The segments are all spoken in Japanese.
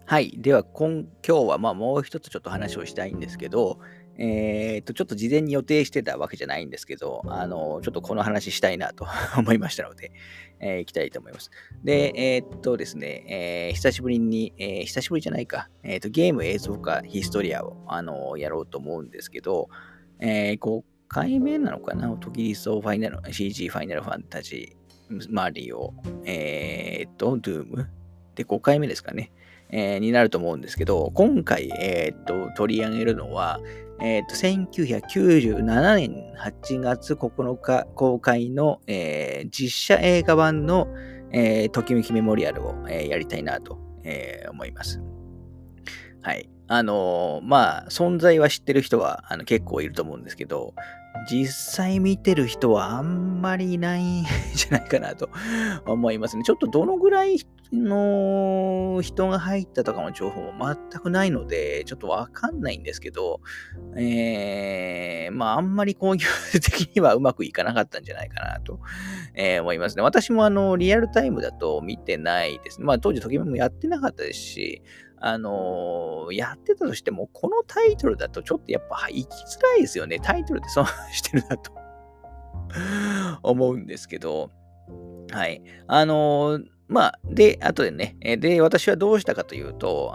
はい。では、今日はもう一つちょっと話をしたいんですけど、ちょっと事前に予定してたわけじゃないんですけど、ちょっとこの話したいなと思いましたので、行きたいと思います。で、ですね、久しぶりに、久しぶりじゃないか、ゲーム映像化ヒストリアを、やろうと思うんですけど、5回目なのかな、トキリストファイナル、CG ファイナルファンタジー、マリオ、ドゥームで5回目ですかね。になると思うんですけど、今回、取り上げるのは、1997年8月9日公開の、実写映画版の、ときめきメモリアルを、やりたいなと、思います。はい。存在は知ってる人は結構いると思うんですけど、実際見てる人はあんまりいないんじゃないかなと思いますね。ちょっとどのぐらいの人が入ったとかの情報も全くないので、ちょっとわかんないんですけど、あんまり工業的にはうまくいかなかったんじゃないかなと、思いますね。私もリアルタイムだと見てないですね。当時、ときめもやってなかったですし、やってたとしても、このタイトルだとちょっとやっぱ行きづらいですよね。タイトルで損してるなと思うんですけど、はい。で、後でね、で、私はどうしたかというと、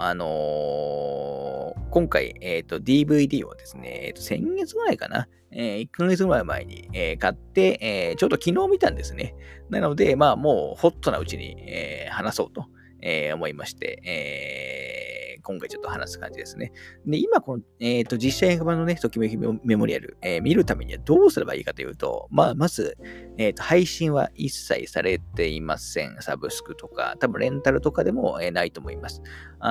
今回、DVD をですね、先月ぐらいかな、1ヶ月ぐらい前に、買って、ちょうど昨日見たんですね。なので、もうホットなうちに、話そうと、思いまして、今回ちょっと話す感じですね。で、今この、実写映画版のね、ときめきメモリアル、見るためにはどうすればいいかというと、まず、配信は一切されていません。サブスクとか、多分レンタルとかでも、ないと思います。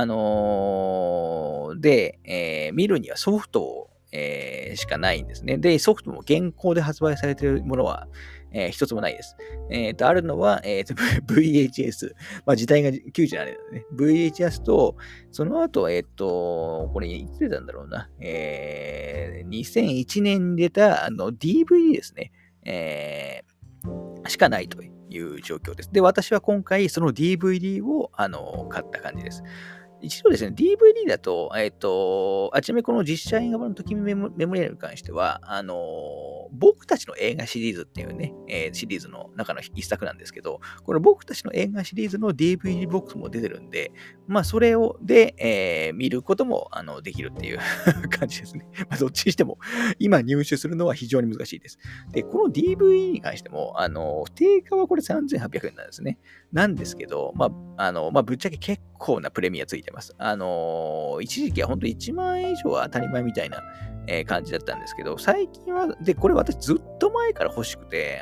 見るにはソフトを、しかないんですね。で、ソフトも現行で発売されているものは、一つもないです。あるのは、VHS。時代が97年なのでね。VHS と、その後、これいつ出たんだろうな。2001年に出たDVD ですね。しかないという状況です。で、私は今回その DVD を買った感じです。一度ですね、DVD だと、ちなみにこの実写映画版のときめメモリアルに関しては、僕たちの映画シリーズっていうね、シリーズの中の一作なんですけど、この僕たちの映画シリーズの DVD ボックスも出てるんで、それで、見ることもできるっていう感じですね。どっちにしても、今入手するのは非常に難しいです。で、この DVD に関しても、定価はこれ3800円なんですね。なんですけど、ぶっちゃけ結構なプレミアついてます。一時期は本当1万円以上は当たり前みたいな、感じだったんですけど、最近は、で、これ私ずっと前から欲しくて、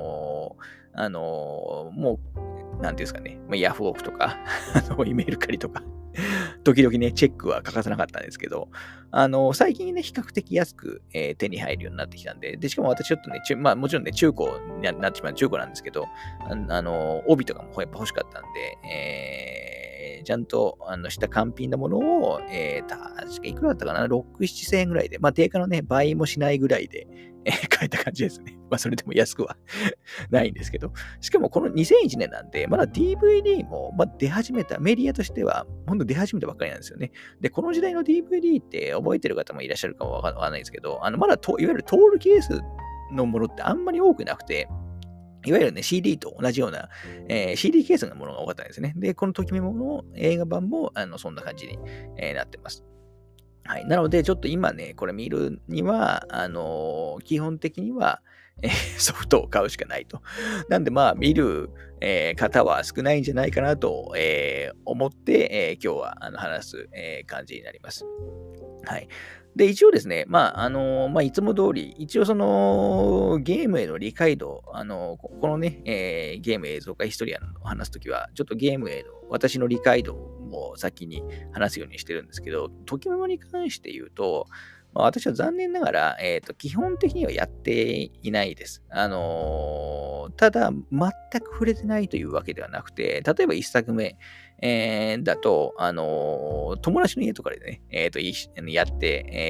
もう、なんていうんですかね、ヤフオクとか、メルカリとか、時々ね、チェックは欠かさなかったんですけど、最近ね、比較的安く、手に入るようになってきたんで、で、しかも私ちょっとね、もちろんね、中古になってしまう中古なんですけど、帯とかもやっぱ欲しかったんで、ちゃんと、した完品なものを、確かいくらだったかな ?6、7千円ぐらいで、定価のね、倍もしないぐらいで、買えた感じですね。それでも安くはないんですけど。しかもこの2001年なんで、まだ DVD も、出始めた、メディアとしては、ほんと出始めたばっかりなんですよね。で、この時代の DVD って覚えてる方もいらっしゃるかもわかんないですけど、まだいわゆるトールケースのものってあんまり多くなくて、いわゆるね、CD と同じような、CD ケースのものが多かったんですね。で、このときめもの映画版も、そんな感じに、なってます。はい。なので、ちょっと今ね、これ見るには、基本的には、ソフトを買うしかないと。なんで、見る、方は少ないんじゃないかなと、思って、今日は話す、感じになります。はい。で、一応ですね、いつも通り、一応その、ゲームへの理解度、このね、ゲーム映像化ヒストリアの話すときは、ちょっとゲームへの私の理解度も先に話すようにしてるんですけど、ときメモに関して言うと、私は残念ながら、基本的にはやっていないです。ただ、全く触れてないというわけではなくて、例えば一作目、だと、友達の家とかでね、やって、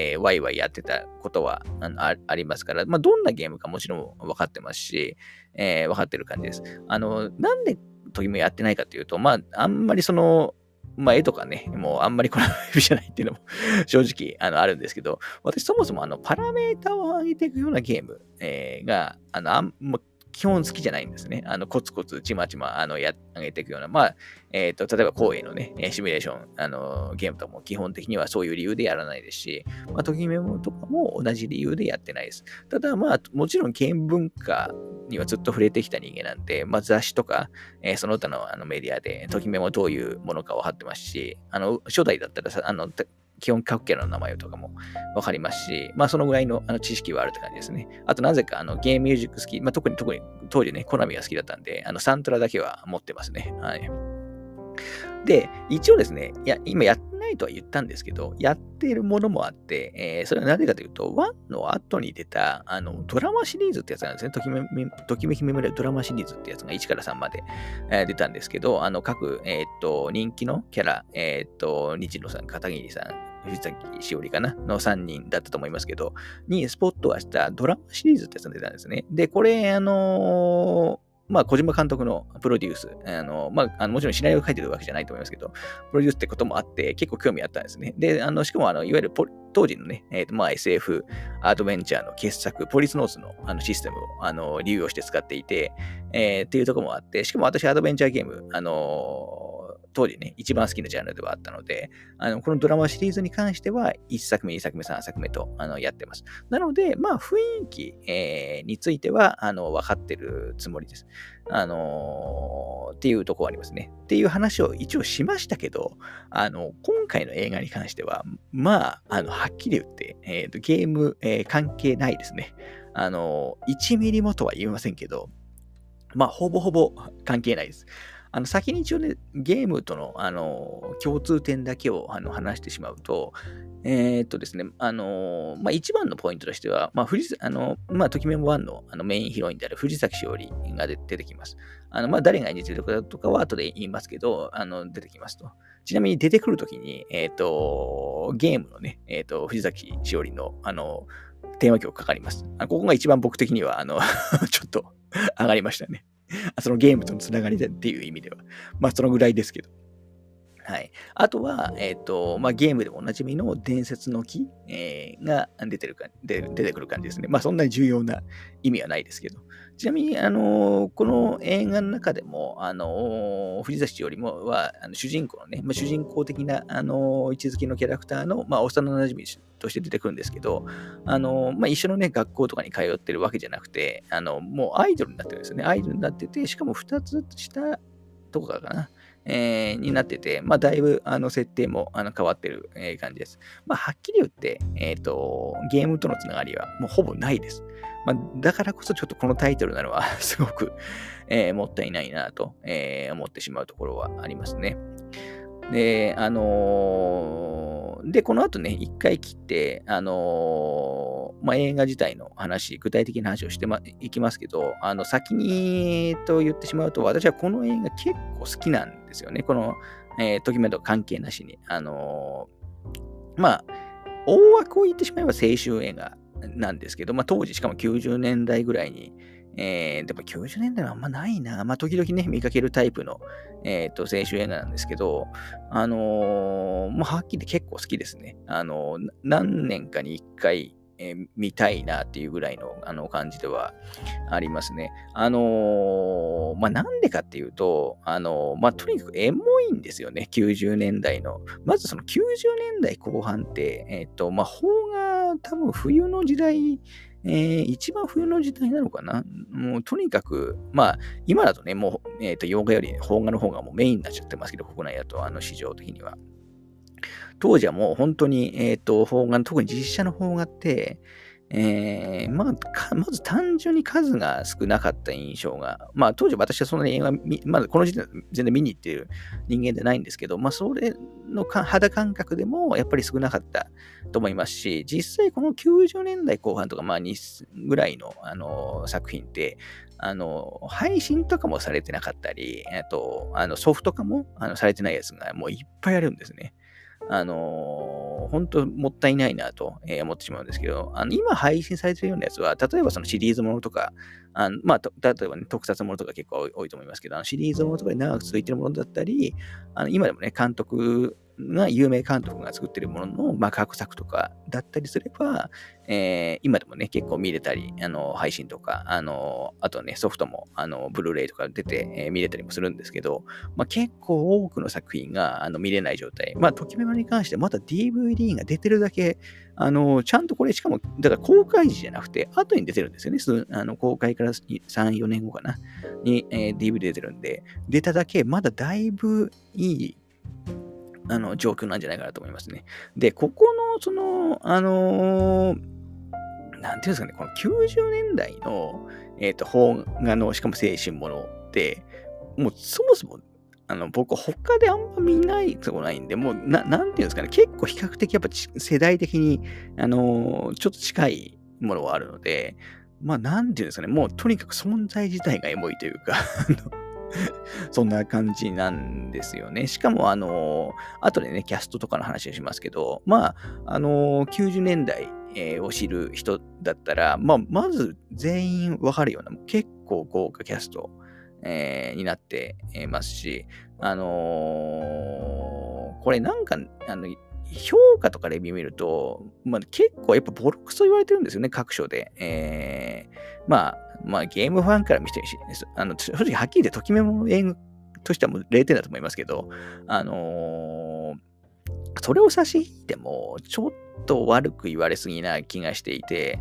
ワイワイやってたことはありますから、どんなゲームかもちろん分かってますし、分かってる感じです。なんで時もやってないかというと、あんまりその、 まあ、絵とかね、もうあんまり好みじゃないっていうのも正直あるんですけど、私そもそもパラメータを上げていくようなゲーム、が、もう基本好きじゃないんですね。コツコツちまちま、上げていくような、まあ、例えば荒野のね、シミュレーション、ゲームとかも基本的にはそういう理由でやらないですし、まあ、ときメモとかも同じ理由でやってないです。ただ、まあ、もちろんゲーム文化にはずっと触れてきた人間なんで、まあ、雑誌とか、その他のメディアで、ときメモどういうものか分かってますし、初代だったらさ、基本各キャラの名前とかもわかりますし、まあそのぐらいの知識はあるって感じですね。あとなぜかゲームミュージック好き、まあ特に当時ね、コナミが好きだったんで、サントラだけは持ってますね。はい。で、一応ですね、今やってないとは言ったんですけど、やっているものもあって、それはなぜかというと、1の後に出た、ドラマシリーズってやつなんですね。ときめきメモリアルドラマシリーズってやつが1から3まで、出たんですけど、各、人気のキャラ、日野さん、片桐さん、藤崎しおりかなの3人だったと思いますけど、にスポットはしたドラマシリーズってやつが出たんですね。で、これ、まあ、小島監督のプロデュース、まあ、もちろんシナリオを書いてるわけじゃないと思いますけど、プロデュースってこともあって、結構興味あったんですね。で、しかも、いわゆる当時のね、まあ、SF アドベンチャーの傑作、ポリスノースのシステムを利用して使っていて、っていうところもあって、しかも私、アドベンチャーゲーム、当時ね、一番好きなジャンルではあったので、このドラマシリーズに関しては、1作目、2作目、3作目と、やってます。なので、まあ、雰囲気、については、分かってるつもりです。っていうところありますね。っていう話を一応しましたけど、今回の映画に関しては、まあ、はっきり言って、ゲーム、関係ないですね。1ミリもとは言いませんけど、まあ、ほぼほぼ関係ないです。先に一応ね、ゲームとの、共通点だけを話してしまうと、ですね、まあ、一番のポイントとしては、まあ、まあ、ときめも1の、メインヒロインである藤崎しおりが出てきます。まあ、誰が演じてるかとかは後で言いますけど、出てきますと。ちなみに出てくるときに、ゲームのね、藤崎しおりの、テーマ曲かかります。ここが一番僕的には、ちょっと上がりましたね。そのゲームとのつながりでっていう意味では。まあ、そのぐらいですけど。はい。あとは、まあ、ゲームでもおなじみの伝説の木、が出てくる感じですね。まあ、そんなに重要な意味はないですけど。ちなみに、この映画の中でも、藤崎よりもは、主人公のね、まあ、主人公的な、位置づけのキャラクターの、まあ、幼馴染として出てくるんですけど、まあ、一緒のね、学校とかに通ってるわけじゃなくて、もうアイドルになってるんですよね。アイドルになってて、しかも2つ下とかかな。になってて、まあ、だいぶ、設定も、変わってる、感じです。まあ、はっきり言って、ゲームとのつながりは、もうほぼないです。まあ、だからこそ、ちょっとこのタイトルなのはすごく、もったいないなと、思ってしまうところはありますね。で、で、この後ね、一回切って、まあ、映画自体の話、具体的な話をしていきますけど、先にと言ってしまうと、私はこの映画結構好きなんですよね。この、ときめと関係なしに。まあ、大枠を言ってしまえば青春映画なんですけど、まあ、当時しかも90年代ぐらいに、でも90年代はあんまないな。まあ、時々ね、見かけるタイプの、青春映画なんですけど、もうはっきり結構好きですね。何年かに一回、見たいなっていうぐらいの感じではありますね。まあ、なんでかっていうと、まあ、とにかくエモいんですよね、90年代の。まずその90年代後半って、まあ、邦画多分冬の時代、一番冬の時代なのかな。もうとにかく、まあ、今だとね、もう、洋画より邦画の方がもうメインになっちゃってますけど、国内だと、市場的には。当時はもう本当に、邦画、特に実写の邦画って、まず単純に数が少なかった印象が、まあ当時私はそんなに映画まだこの時点で全然見に行っている人間でないんですけど、まあそれの肌感覚でもやっぱり少なかったと思いますし、実際この90年代後半とか、まあぐらいの、作品って、配信とかもされてなかったり、あと、ソフト化もされてないやつがもういっぱいあるんですね。本当もったいないなと思ってしまうんですけど、今配信されてるようなやつは、例えばそのシリーズものとか、 例えばね、特撮ものとか結構多いと思いますけど、シリーズものとかで長く続いてるものだったり、今でもね、有名監督が作ってるものの、過去作とかだったりすれば、今でもね、結構見れたり、配信とか、あとね、ソフトも、ブルーレイとか出て、見れたりもするんですけど、結構多くの作品が、見れない状態。ときメモに関してまだ DVD が出てるだけ、ちゃんとこれ、しかも、だから公開時じゃなくて、後に出てるんですよね。公開から3、4年後かな、に、DVD 出てるんで、出ただけ、まだだいぶいい、状況なんじゃないかなと思いますね。で、ここの、なんていうんですかね、この90年代の、邦画の、しかも青春ものって、もうそもそも、僕、他であんま見ないとこないんで、もう、なんていうんですかね、結構比較的やっぱ世代的に、ちょっと近いものはあるので、なんていうんですかね、もうとにかく存在自体がエモいというか、そんな感じなんですよね。しかも、後でね、キャストとかの話をしますけど、90年代、を知る人だったら、まず全員わかるような、結構豪華キャスト、になってますし、これなんか、評価とかレビュー見ると、結構やっぱボロクソ言われてるんですよね、各所で。ゲームファンから見てるし、正直はっきり言って、ときめもの映画としてはもう0点だと思いますけど、それを差し引いても、ちょっと悪く言われすぎな気がしていて、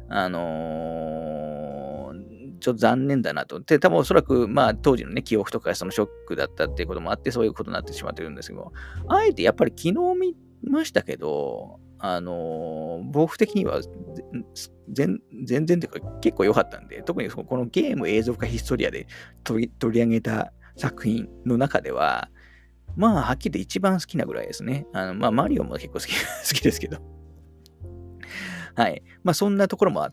ちょっと残念だなと。で、多分おそらく、当時のね、記憶とかそのショックだったっていうこともあって、そういうことになってしまってるんですけど、あえてやっぱり昨日見ましたけど、僕的には全然っていうか結構良かったんで、特にこのゲーム映像化ヒストリアで取り上げた作品の中では、はっきり言って一番好きなぐらいですね。マリオも結構好きですけど。はい。そんなところもあって、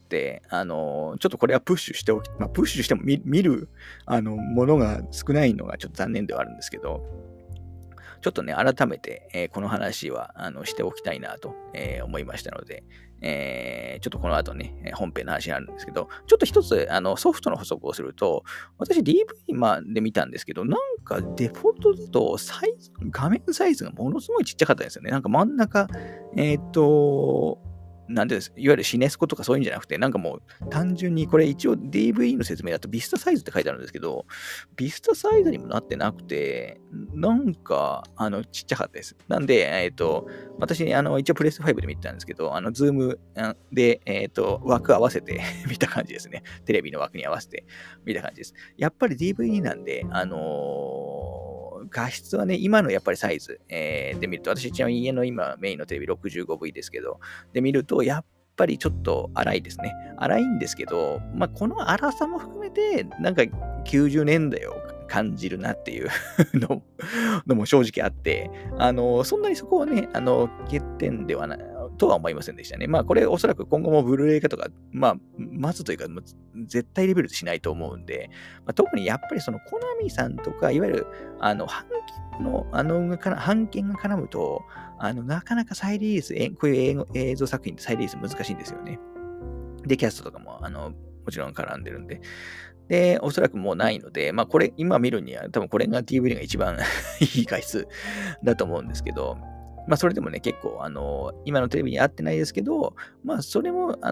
ちょっとこれはプッシュしてプッシュしても見る、ものが少ないのがちょっと残念ではあるんですけど、ちょっとね、改めて、この話は、しておきたいなと、思いましたので、ちょっとこの後ね、本編の話になるんですけど、ちょっと一つ、ソフトの補足をすると、私 DV で見たんですけど、なんかデフォルトだと画面サイズがものすごいちっちゃかったんですよね。なんか真ん中、なんでです、いわゆるシネスコとかそういうんじゃなくて、なんかもう単純にこれ一応 DV の説明だとビスタサイズって書いてあるんですけど、ビスタサイズにもなってなくて、なんか、ちっちゃかったです。なんで、私、一応プレステ5で見てたんですけど、ズームで、枠合わせて見た感じですね。テレビの枠に合わせて見た感じです。やっぱり DVD なんで、画質はね、今のやっぱりサイズ、で見ると、私ちなみに家の今メインのテレビ 65V ですけど、で見ると、やっぱりちょっと荒いですね。荒いんですけど、この荒さも含めて、なんか90年代を感じるなっていうのも正直あって、そんなにそこはね、欠点ではない、とは思いませんでしたね。これおそらく今後もブルーレイ化とか、待つというか、絶対レベルしないと思うんで、特にやっぱりそのコナミさんとか、いわゆる、版権が絡むと、なかなか再リリース、こういう映像作品って再リリース難しいんですよね。で、キャストとかも、もちろん絡んでるんで。で、おそらくもうないので、これ、今見るには、多分これが DVD が一番いい回数だと思うんですけど、それでもね、結構、今のテレビに合ってないですけど、それも、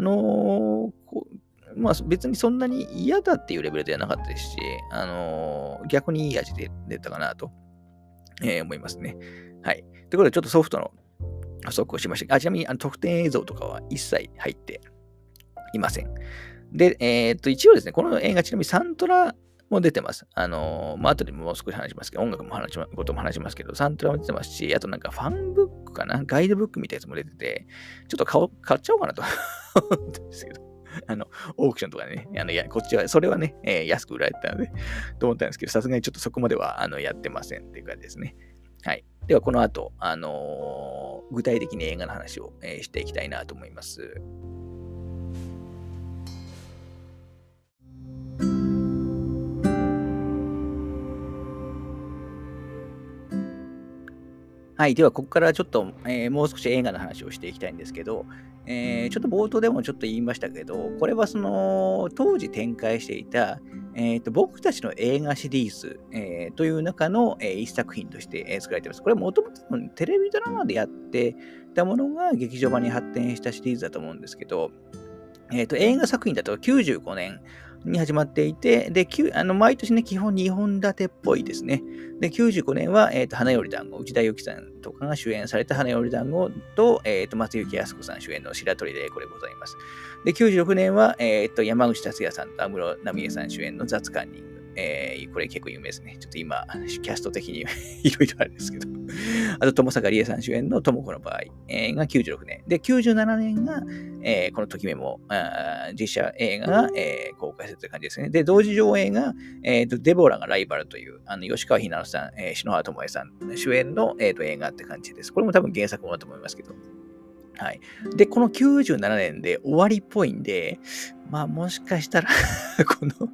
別にそんなに嫌だっていうレベルではなかったですし、逆にいい味で出たかなと、思いますね。はい。ということで、ちょっとソフトの補足をしました。ちなみに、特典映像とかは一切入っていません。で、一応ですね、この映画ちなみにサントラも出てます。後でもう少し話しますけど、音楽もことも話しますけど、サントラも出てますし、あとなんかファンブックかなガイドブックみたいなやつも出てて、ちょっと買っちゃおうかなと思ったんですけど、オークションとかね、こっちは、それはね、安く売られてたので、と思ったんですけど、さすがにちょっとそこまでは、やってませんっていう感じですね。はい。では、この後、具体的に映画の話を、していきたいなと思います。 はい。では、ここからちょっと、もう少し映画の話をしていきたいんですけど、ちょっと冒頭でもちょっと言いましたけど、これはその、当時展開していた、僕たちの映画シリーズ、という中の、一作品として、作られています。これはもともとテレビドラマでやってたものが劇場版に発展したシリーズだと思うんですけど、映画作品だと95年に始まっていて、で、毎年ね、基本2本立てっぽいですね。で、95年は、花より団子、内田有紀さんとかが主演された花より団子と、松雪泰子さん主演の白鳥でこれございます。で、96年は、山口達也さんと安室奈美恵さん主演の雑カンニング。これ結構有名ですね。ちょっと今、キャスト的にいろいろあるんですけど。あと、友坂理恵さん主演の友子の場合、が96年。で、97年が、このときめも実写映画が、公開されてる感じですね。で、同時上映が、デボラがライバルという、吉川ひなのさん、篠原智恵さん主演の、映画って感じです。これも多分原作もだと思いますけど。はい。で、この97年で終わりっぽいんで、まあもしかしたらこの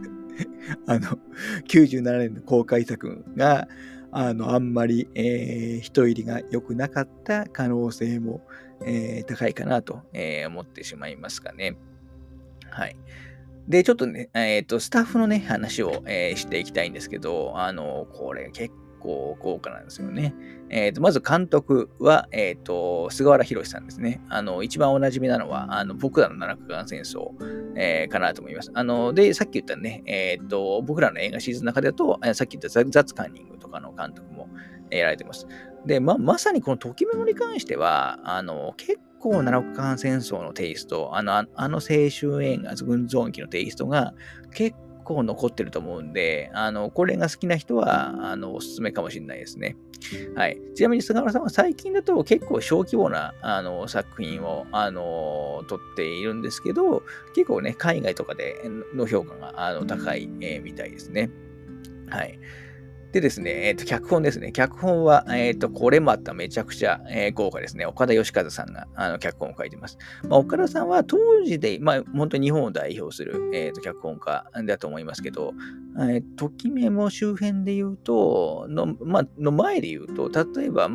97年の公開作が、あんまり、人入りが良くなかった可能性も、高いかなと、思ってしまいますかね。はい。で、ちょっとね、スタッフのね、話を、していきたいんですけど、これ結構豪華なんですよね。まず監督は、菅原弘さんですね。一番おなじみなのは、僕らの七日間戦争、かなと思います。で、さっき言ったね、僕らの映画シリーズの中だと、さっき言ったザッツカンニングとかの監督も、やられてます。で、まさにこのときメモに関しては、結構七日間戦争のテイスト、青春映画、群像劇のテイストが結構残ってると思うんで、これが好きな人は、おすすめかもしれないですね。はい。ちなみに菅原さんは最近だと結構小規模な、作品を、撮っているんですけど、結構ね、海外とかでの評価が、高い、みたいですね。はい。でですね、脚本ですね。脚本は、これまためちゃくちゃ、豪華ですね。岡田義和さんが、脚本を書いてます。まあ、岡田さんは当時で、まあ、本当に日本を代表する、脚本家だと思いますけど、ときメモ周辺で言うと、の前で言うと、例えば、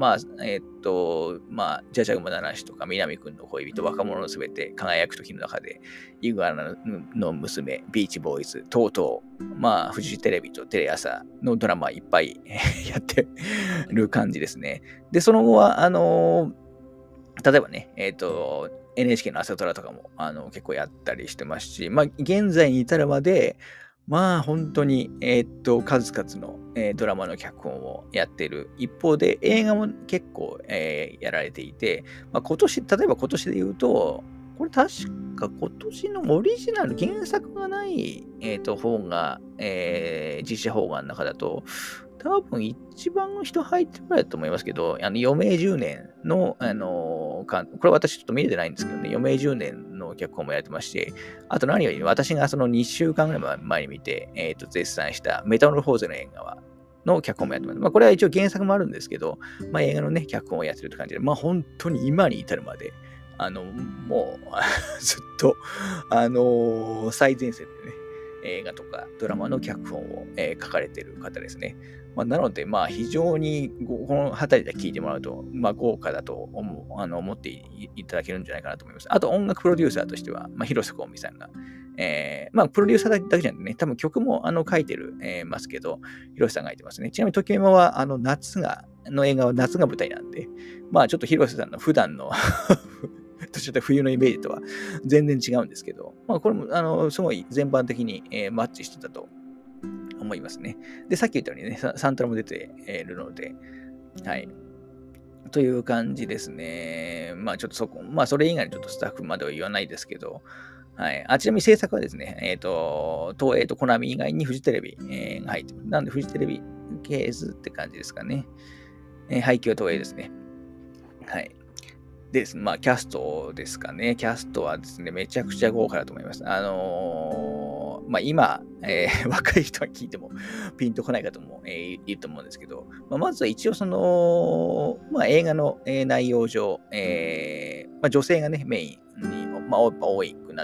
じゃじゃ馬ならしとか、南くんの恋人、若者のすべて、輝く時の中で、イグアナの娘、ビーチボーイズ、とうとう、まあ、フジテレビとテレ朝のドラマいっぱいやってる感じですね。で、その後は、例えばね、NHK の朝ドラとかも、結構やったりしてますし、まあ、現在に至るまで、まあ、本当に、数々の、ドラマの脚本をやっている。一方で、映画も結構、やられていて、まあ、例えば今年で言うと、これ確か今年のオリジナル、原作がない、方が、実写方がの中だと、多分一番人入ってるぐらいだと思いますけど、余命10年の、これ私ちょっと見れてないんですけどね、余命10年の脚本もやってまして、あと何より私がその2週間ぐらい前に見て、絶賛したメタモルフォーゼの映画の脚本もやってます。まあこれは一応原作もあるんですけど、まあ映画のね、脚本をやってるって感じで、まあ本当に今に至るまで、もうずっと、最前線でね、映画とかドラマの脚本を、書かれている方ですね。まあ、なので、まあ、非常にこの辺りで聞いてもらうと、まあ、豪華だと思っていただけるんじゃないかなと思います。あと、音楽プロデューサーとしては、まあ、広瀬香美さんが、まあ、プロデューサーだけじゃなくてね、多分曲も書いてる、ますけど、広瀬さんが書いてますね。ちなみに、時計は、の映画は夏が舞台なんで、まあ、ちょっと広瀬さんの普段のちょっと冬のイメージとは全然違うんですけど、まあ、これも、すごい全般的に、マッチしてたと思いますね。で、さっき言ったようにね、サントラも出ているので、はい。という感じですね。まあちょっとまあそれ以外にちょっとスタッフまでは言わないですけど、はい。ちなみに制作はですね、東映とコナミ以外にフジテレビ、が入ってます。なんでフジテレビケースって感じですかね。配給は東映ですね。はい。でですね、まあ、キャストですかね。キャストはですね、めちゃくちゃ豪華だと思います。まあ、今、若い人は聞いてもピンとこない方も、いると思うんですけど、まあ、まずは一応まあ、映画の、内容上、まあ、女性がね、メインに、まあ、多くなってるん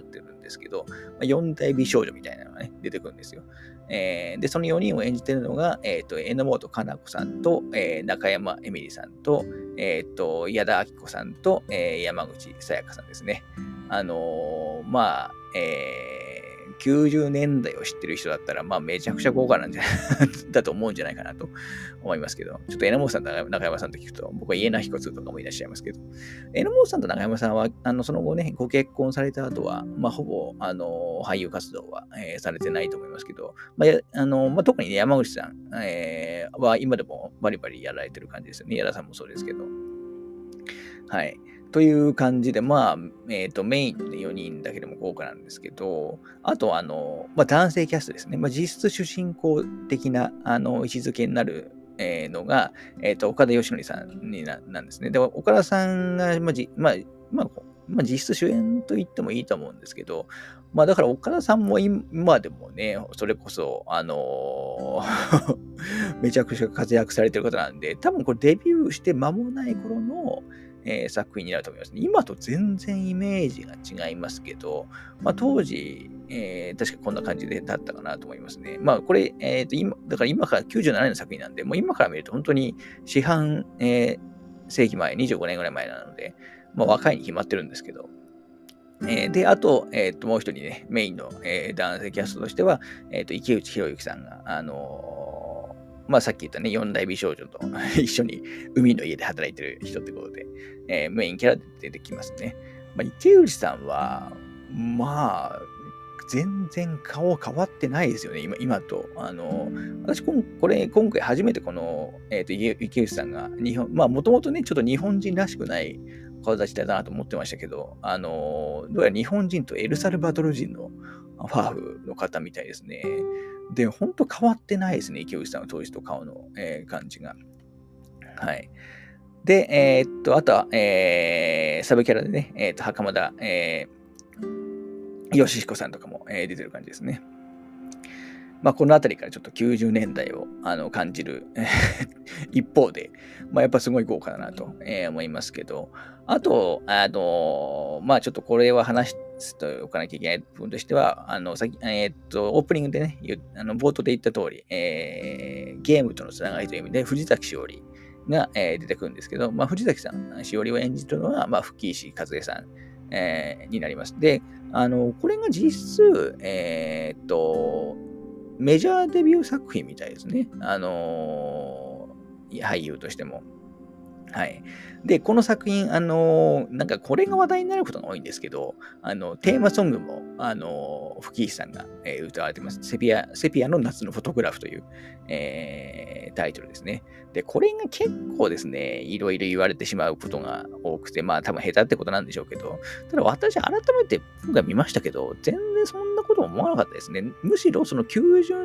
ですけど、4代美少女みたいなのがね、出てくるんですよ。で、その4人を演じてるのが、榎本加奈子さんと、中山エミリさんと、矢田亜希子さんと、山口さやかさんですね。まあ、90年代を知ってる人だったら、まあ、めちゃくちゃ豪華なんじゃだと思うんじゃないかなと思いますけど、ちょっと榎本さんと中山さんと聞くと、僕は家な彦2とかもいらっしゃいますけど、榎本さんと中山さんは、その後ね、ご結婚された後は、まあ、ほぼ、俳優活動は、されてないと思いますけど、特にね、山口さん、は今でもバリバリやられてる感じですよね。矢田さんもそうですけど。はい。という感じで、メインで4人だけでも豪華なんですけど、あと、男性キャストですね。実質主人公的な、位置づけになる、のが、岡田義則さんなんですね。で、岡田さんが、実質主演と言ってもいいと思うんですけど、だから岡田さんも今でもね、それこそ、めちゃくちゃ活躍されてる方なんで、多分これデビューして間もない頃の、作品になると思いますね。今と全然イメージが違いますけど、当時、確かこんな感じでだったかなと思いますね。これ、だから今から97年の作品なんで、もう今から見ると本当に四半、世紀前、25年ぐらい前なので、若いに決まってるんですけど、で、あと、もう一人ね、メインの、男性キャストとしては、池内博之さんが、さっき言ったね、四大美少女と一緒に海の家で働いてる人ってことで、メインキャラで出てきますね。池内さんは、全然顔変わってないですよね、今と。私、今回初めてこの、池内さんがもともとね、ちょっと日本人らしくない顔立ちだなと思ってましたけど、どうやら日本人とエルサルバドル人のファーフの方みたいですね。で、ほんと変わってないですね、池内さんの当時と顔の、感じが。はい。で、あとは、サブキャラでね、袴田、義彦さんとかも、出てる感じですね。このあたりからちょっと90年代を感じる一方で、やっぱすごい豪華だなと、思いますけど、あと、ちょっとこれは話しておかなきゃいけない部分としては、オープニングでね、冒頭で言った通り、ゲームとのつながりという意味で、藤崎しおりが、出てくるんですけど、藤崎さん、しおりを演じてるのは、吹石和恵さん、になります。で、これが実質、メジャーデビュー作品みたいですね。俳優としても。はい。で、この作品、なんかこれが話題になることが多いんですけど、テーマソングも、吹石さんが、歌われてます。セピアの夏のフォトグラフという、タイトルですね。で、これが結構ですね、いろいろ言われてしまうことが多くて、多分下手ってことなんでしょうけど、ただ私改めて今回見ましたけど、全然そんなこと思わなかったですね。むしろその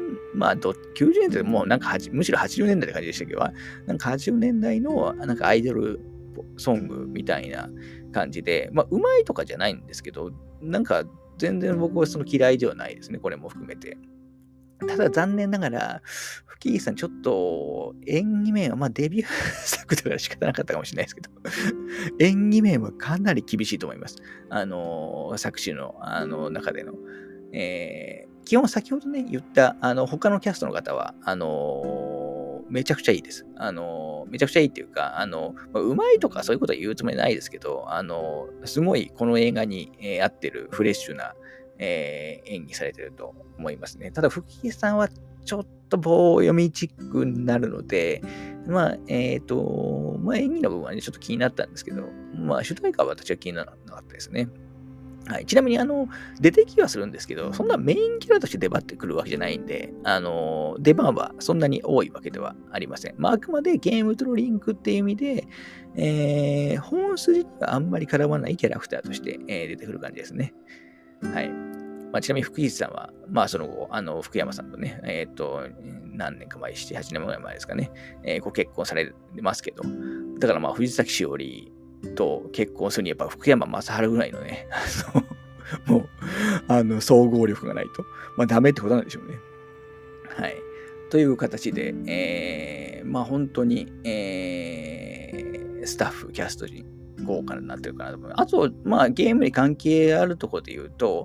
90、90年代もうなんかむしろ80年代って感じでしたけど、なんか80年代のなんかアイドルソングみたいな感じで、うまいとかじゃないんですけど、なんか全然僕はその嫌いではないですね、これも含めて。ただ残念ながら、吹石さんちょっと演技面は、デビュー作だから仕方なかったかもしれないですけど、演技面はかなり厳しいと思います。作詞の中での。基本先ほどね、言った、他のキャストの方は、めちゃくちゃいいです。めちゃくちゃいいっていうか、うまいとかそういうことは言うつもりないですけど、すごいこの映画に、合ってるフレッシュな、演技されてると思いますね。ただ、吹石さんはちょっと棒読みチックになるので、演技の部分はね、ちょっと気になったんですけど、主題歌は私は気にならなかったですね。はい。ちなみに、出てきはするんですけど、そんなメインキャラとして出張ってくるわけじゃないんで、出番はそんなに多いわけではありません。あくまでゲームとのリンクっていう意味で、本筋にはあんまり絡まないキャラクターとして、出てくる感じですね。はい。ちなみに福石さんは、その後、福山さんとね、何年か前、7、8年ぐらい前ですかね、ご結婚されますけど、だから藤崎しおりと結婚するにやっぱ福山雅治ぐらいのね、もう、総合力がないと、ダメってことなんでしょうね。はい。という形で、本当に、スタッフ、キャスト陣、豪華になってるかなと思います。あと、ゲームに関係あるところで言うと、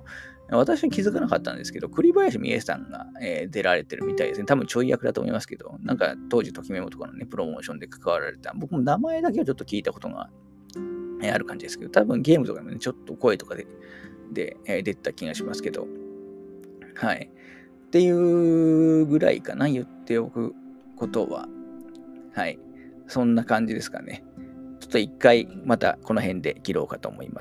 私は気づかなかったんですけど、栗林美恵さんが、出られてるみたいですね。多分ちょい役だと思いますけど、なんか当時ときメモとかのね、プロモーションで関わられた、僕も名前だけはちょっと聞いたことが、ある感じですけど、多分ゲームとかでもね、ちょっと声とかで、出てた気がしますけど、はい。っていうぐらいかな、言っておくことは。はい。そんな感じですかね。ちょっと一回またこの辺で切ろうかと思います。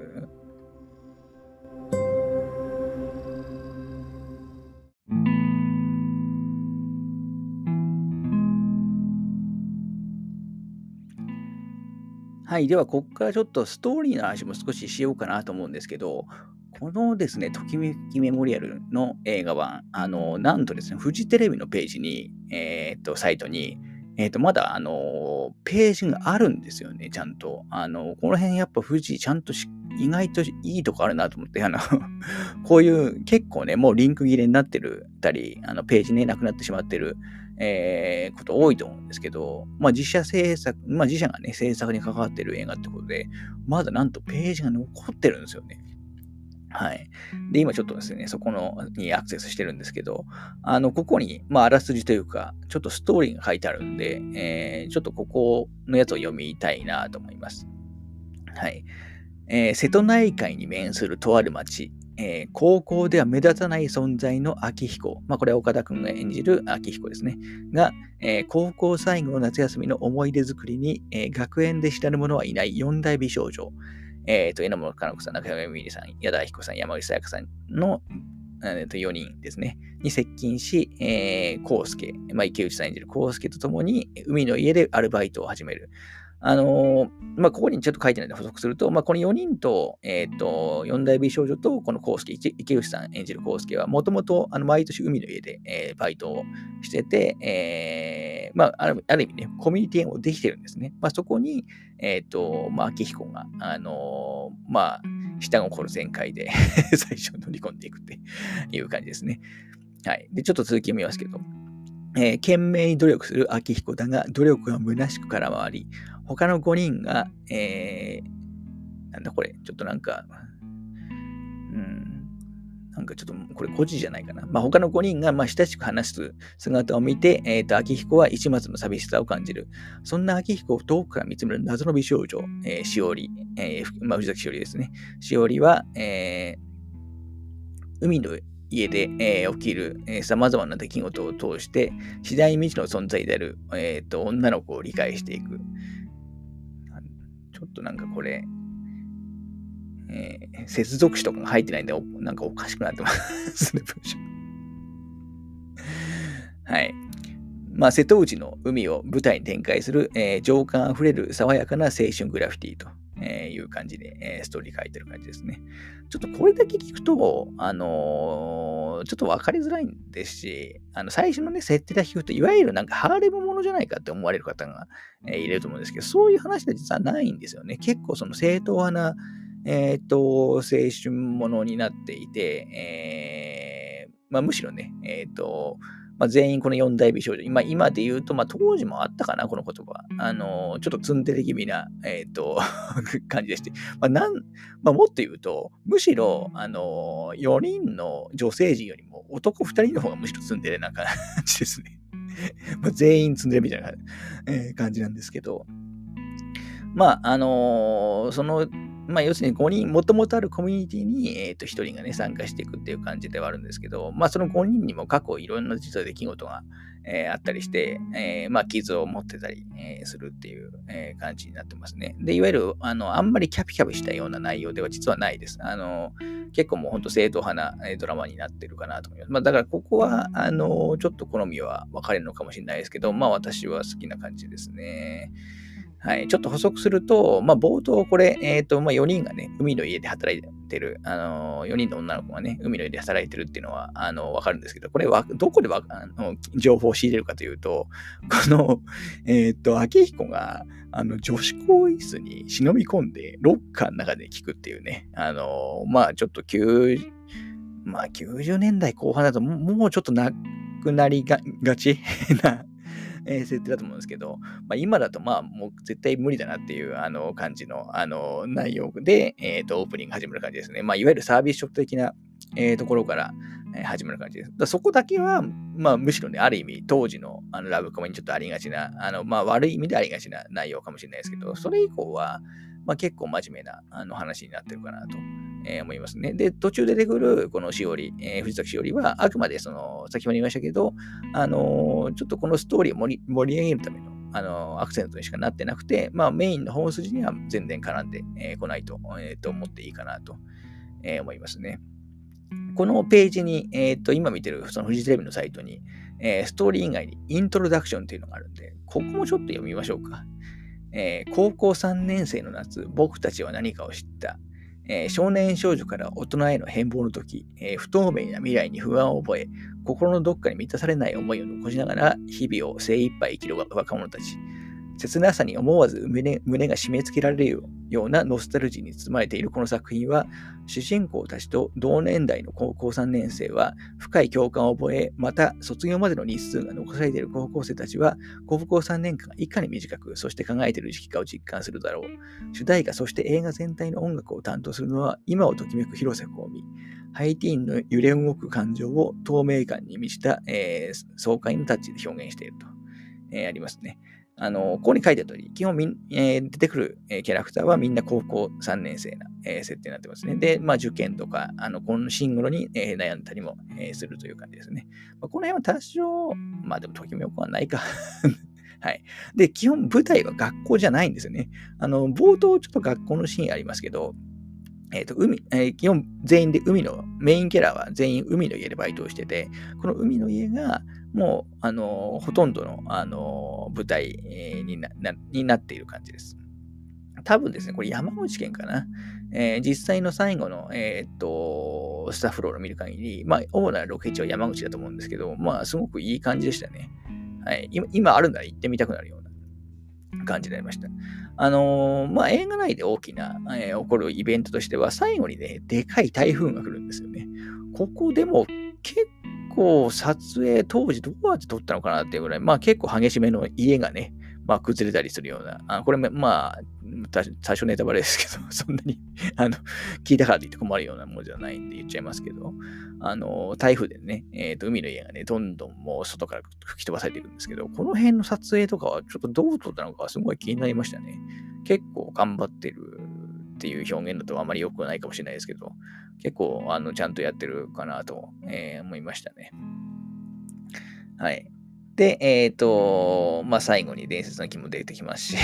はい。では、ここからちょっとストーリーの話も少ししようかなと思うんですけど、このですね、ときめきメモリアルの映画版、なんとですね、フジテレビのページに、サイトに、まだ、ページがあるんですよね、ちゃんと。この辺やっぱ富士ちゃんと意外といいとこあるなと思って、こういう結構ね、もうリンク切れになってるたり、ページね、なくなってしまってる、こと多いと思うんですけど、まあ自社制作、まあ自社がね、制作に関わってる映画ってことで、まだなんとページが残ってるんですよね。はい。で、今ちょっとですね、そこにアクセスしてるんですけど、ここに、まあ、あらすじというか、ちょっとストーリーが書いてあるんで、ちょっとここのやつを読みたいなと思います。はい。瀬戸内海に面するとある町、高校では目立たない存在の秋彦、まあ、これは岡田くんが演じる秋彦ですね、が、高校最後の夏休みの思い出作りに、学園で知らぬ者はいない四大美少女、榎本かな子さん、中山みりさん、矢田彦さん、山口さやかさんの、4人ですね、に接近し、康介、まあ、池内さん演じる康介と共に海の家でアルバイトを始める。まあ、ここにちょっと書いてないので補足すると、まあ、この4人と、四大美少女と、この康介、池内さん演じる康介は、もともと、毎年海の家で、バイトをしてて、まあ、ある意味ね、コミュニティもできてるんですね。まあ、そこに、まあ、秋彦が、まあ、下心全開で最初乗り込んでいくっていう感じですね。はい。で、ちょっと続き読みますけど、懸命に努力する秋彦だが、努力が虚しく空回り、他の5人が、なんだこれ、ちょっとなんか、なんかちょっとこれ誤字じゃないかな。まあ、他の5人がまあ親しく話す姿を見て、秋彦は一末の寂しさを感じる。そんな秋彦を遠くから見つめる謎の美少女、しおり、まあ、藤崎しおりですね。しおりは、海の家で、起きる、様々な出来事を通して、次第に未知の存在である、女の子を理解していく。ちょっとなんかこれ、接続詞とかが入ってないんで、なんかおかしくなってますね、文章。はい。まあ、瀬戸内の海を舞台に展開する、情感あふれる爽やかな青春グラフィティという感じで、ストーリー書いてる感じですね。ちょっとこれだけ聞くと、ちょっとわかりづらいんですし、最初のね、設定だけ聞くと、いわゆるなんかハーレムものじゃないかって思われる方が、いると思うんですけど、そういう話で実はないんですよね。結構その正統派な、青春ものになっていて、まあ、むしろね、まあ、全員この四大美少女。今で言うと、まあ、当時もあったかな、この言葉。ちょっとツンデレ気味な、感じでして。まあ、もっと言うと、むしろ、4人の女性陣よりも男2人の方がむしろツンデレな感じですね。まあ、全員ツンデレみたいな、感じなんですけど。まあ、まあ、要するに5人、もともとあるコミュニティに、1人がね、参加していくっていう感じではあるんですけど、まあ、その5人にも過去いろんな実は出来事が、あったりして、まあ、傷を持ってたり、するっていう、感じになってますね。で、いわゆる、あんまりキャピキャピしたような内容では実はないです。結構もう本当正統派なドラマになってるかなと思います。まあ、だからここは、ちょっと好みは分かれるのかもしれないですけど、まあ、私は好きな感じですね。はい。ちょっと補足すると、まあ、冒頭これ、まあ、4人がね、海の家で働いてる、4人の女の子がね、海の家で働いてるっていうのは、わかるんですけど、これは、どこで情報を仕入れるかというと、この、秋彦が、女子更衣室に忍び込んで、ロッカーの中で聞くっていうね、まあ、ちょっとまあ、90年代後半だともうちょっとなくなりがちな設定だと思うんですけど、まあ、今だとまあもう絶対無理だなっていう感じの内容で、オープニング始める感じですね。まあ、いわゆるサービスショップ的なところから始まる感じです。そこだけは、まあ、むしろね、ある意味、当時のラブコメにちょっとありがちな、まあ、悪い意味でありがちな内容かもしれないですけど、それ以降は、まあ、結構真面目な話になってるかなと、思いますね。で、途中出てくるこのしおり、藤崎しおりは、あくまで先ほど言いましたけど、ちょっとこのストーリーを盛り上げるための、アクセントにしかなってなくて、まあ、メインの本筋には全然絡んでこないと、思っていいかなと、思いますね。このページに、今見てるそのフジテレビのサイトに、ストーリー以外にイントロダクションっていうのがあるんで、ここもちょっと読みましょうか。高校3年生の夏、僕たちは何かを知った。少年少女から大人への変貌の時、不透明な未来に不安を覚え、心のどっかに満たされない思いを残しながら日々を精一杯生きる若者たち。切なさに思わず胸が締め付けられるようなノスタルジーに包まれているこの作品は、主人公たちと同年代の高校3年生は深い共感を覚え、また卒業までの日数が残されている高校生たちは、高校3年間がいかに短く、そして考えている時期かを実感するだろう。主題歌、そして映画全体の音楽を担当するのは、今をときめく広瀬香美。ハイティーンの揺れ動く感情を透明感に満ちた、爽快なタッチで表現していると、ありますね。ここに書いてある通り、基本出てくる、キャラクターはみんな高校3年生な、設定になってますね。で、まあ、受験とか、このシングルに、悩んだりも、するという感じですね。まあ、この辺は多少、まあでもときめくはないか。はい。で、基本舞台は学校じゃないんですよね。冒頭ちょっと学校のシーンありますけど、基本全員でメインキャラは全員海の家でバイトをしてて、この海の家がもう、ほとんどの、舞台になっている感じです。多分ですね、これ山口県かな。実際の最後の、スタッフロールを見る限り、まあ、主なロケ地は山口だと思うんですけど、まあ、すごくいい感じでしたね。はい。今あるなら行ってみたくなるような感じになりました。まあ、映画内で大きな、起こるイベントとしては、最後にね、でかい台風が来るんですよね。ここでも結構撮影当時どうやって撮ったのかなっていうぐらい、まあ結構激しめの家がね、まあ崩れたりするような、これもまあ、最初ネタバレですけど、そんなに聞いたからと言って困るようなものじゃないんで言っちゃいますけど、台風でね、海の家がね、どんどんもう外から吹き飛ばされていくんですけど、この辺の撮影とかはちょっとどう撮ったのかすごい気になりましたね。結構頑張ってるっていう表現だとあまり良くないかもしれないですけど、結構ちゃんとやってるかなと、思いましたね。はい。で、まあ最後に伝説の木も出てきますし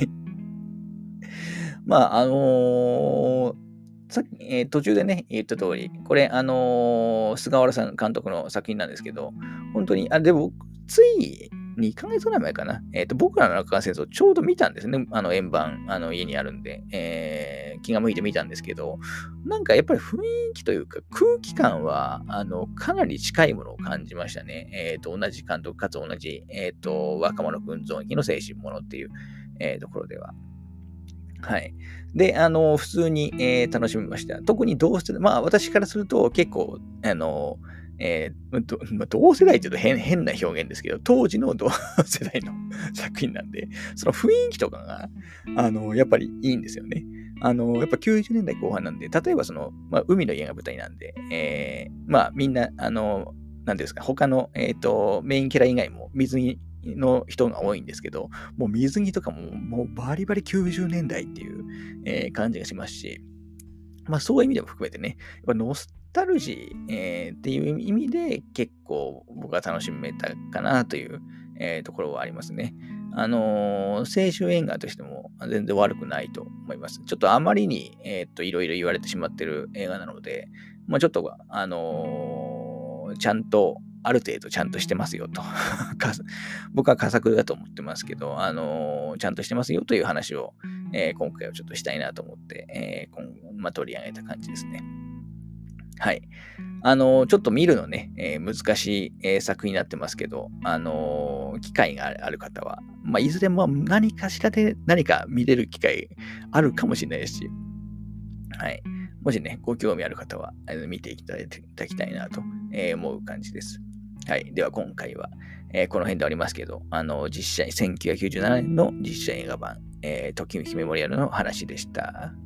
まあ、さっき、途中でね、言った通り、これ、菅原さん監督の作品なんですけど、本当に、でも、つい2ヶ月ぐらい前かな、僕らの中間戦争ちょうど見たんですね。円盤、家にあるんで、気が向いて見たんですけど、なんかやっぱり雰囲気というか、空気感は、かなり近いものを感じましたね。同じ監督かつ同じ、若者群像劇の精神ものっていう、ところでは。はい。で、普通に、楽しみました。特に同世代、まあ私からすると結構、同世代って言うと変な表現ですけど、当時の同世代の作品なんで、その雰囲気とかが、やっぱりいいんですよね。やっぱ90年代後半なんで、例えばまあ、海の家が舞台なんで、まあみんな、なんですか、他の、メインキャラ以外も水着の人が多いんですけど、もう水着とかもうバリバリ90年代っていう、感じがしますし、まあそういう意味でも含めてね、やっぱノスタルジー、っていう意味で結構僕は楽しめたかなという、ところはありますね。青春映画としても全然悪くないと思います。ちょっとあまりに、いろいろ言われてしまってる映画なので、まあちょっと、ちゃんと、ある程度ちゃんとしてますよと。僕は佳作だと思ってますけど、ちゃんとしてますよという話を、今回はちょっとしたいなと思って、まあ、取り上げた感じですね。はい。ちょっと見るのね、難しい、作品になってますけど、機会がある方は、まあ、いずれも何かしらで何か見れる機会あるかもしれないですし、はい。もしね、ご興味ある方は、見ていただきたいなと、思う感じです。はい。では今回は、この辺でありますけど、1997年の実写映画版、ときめきメモリアルの話でした。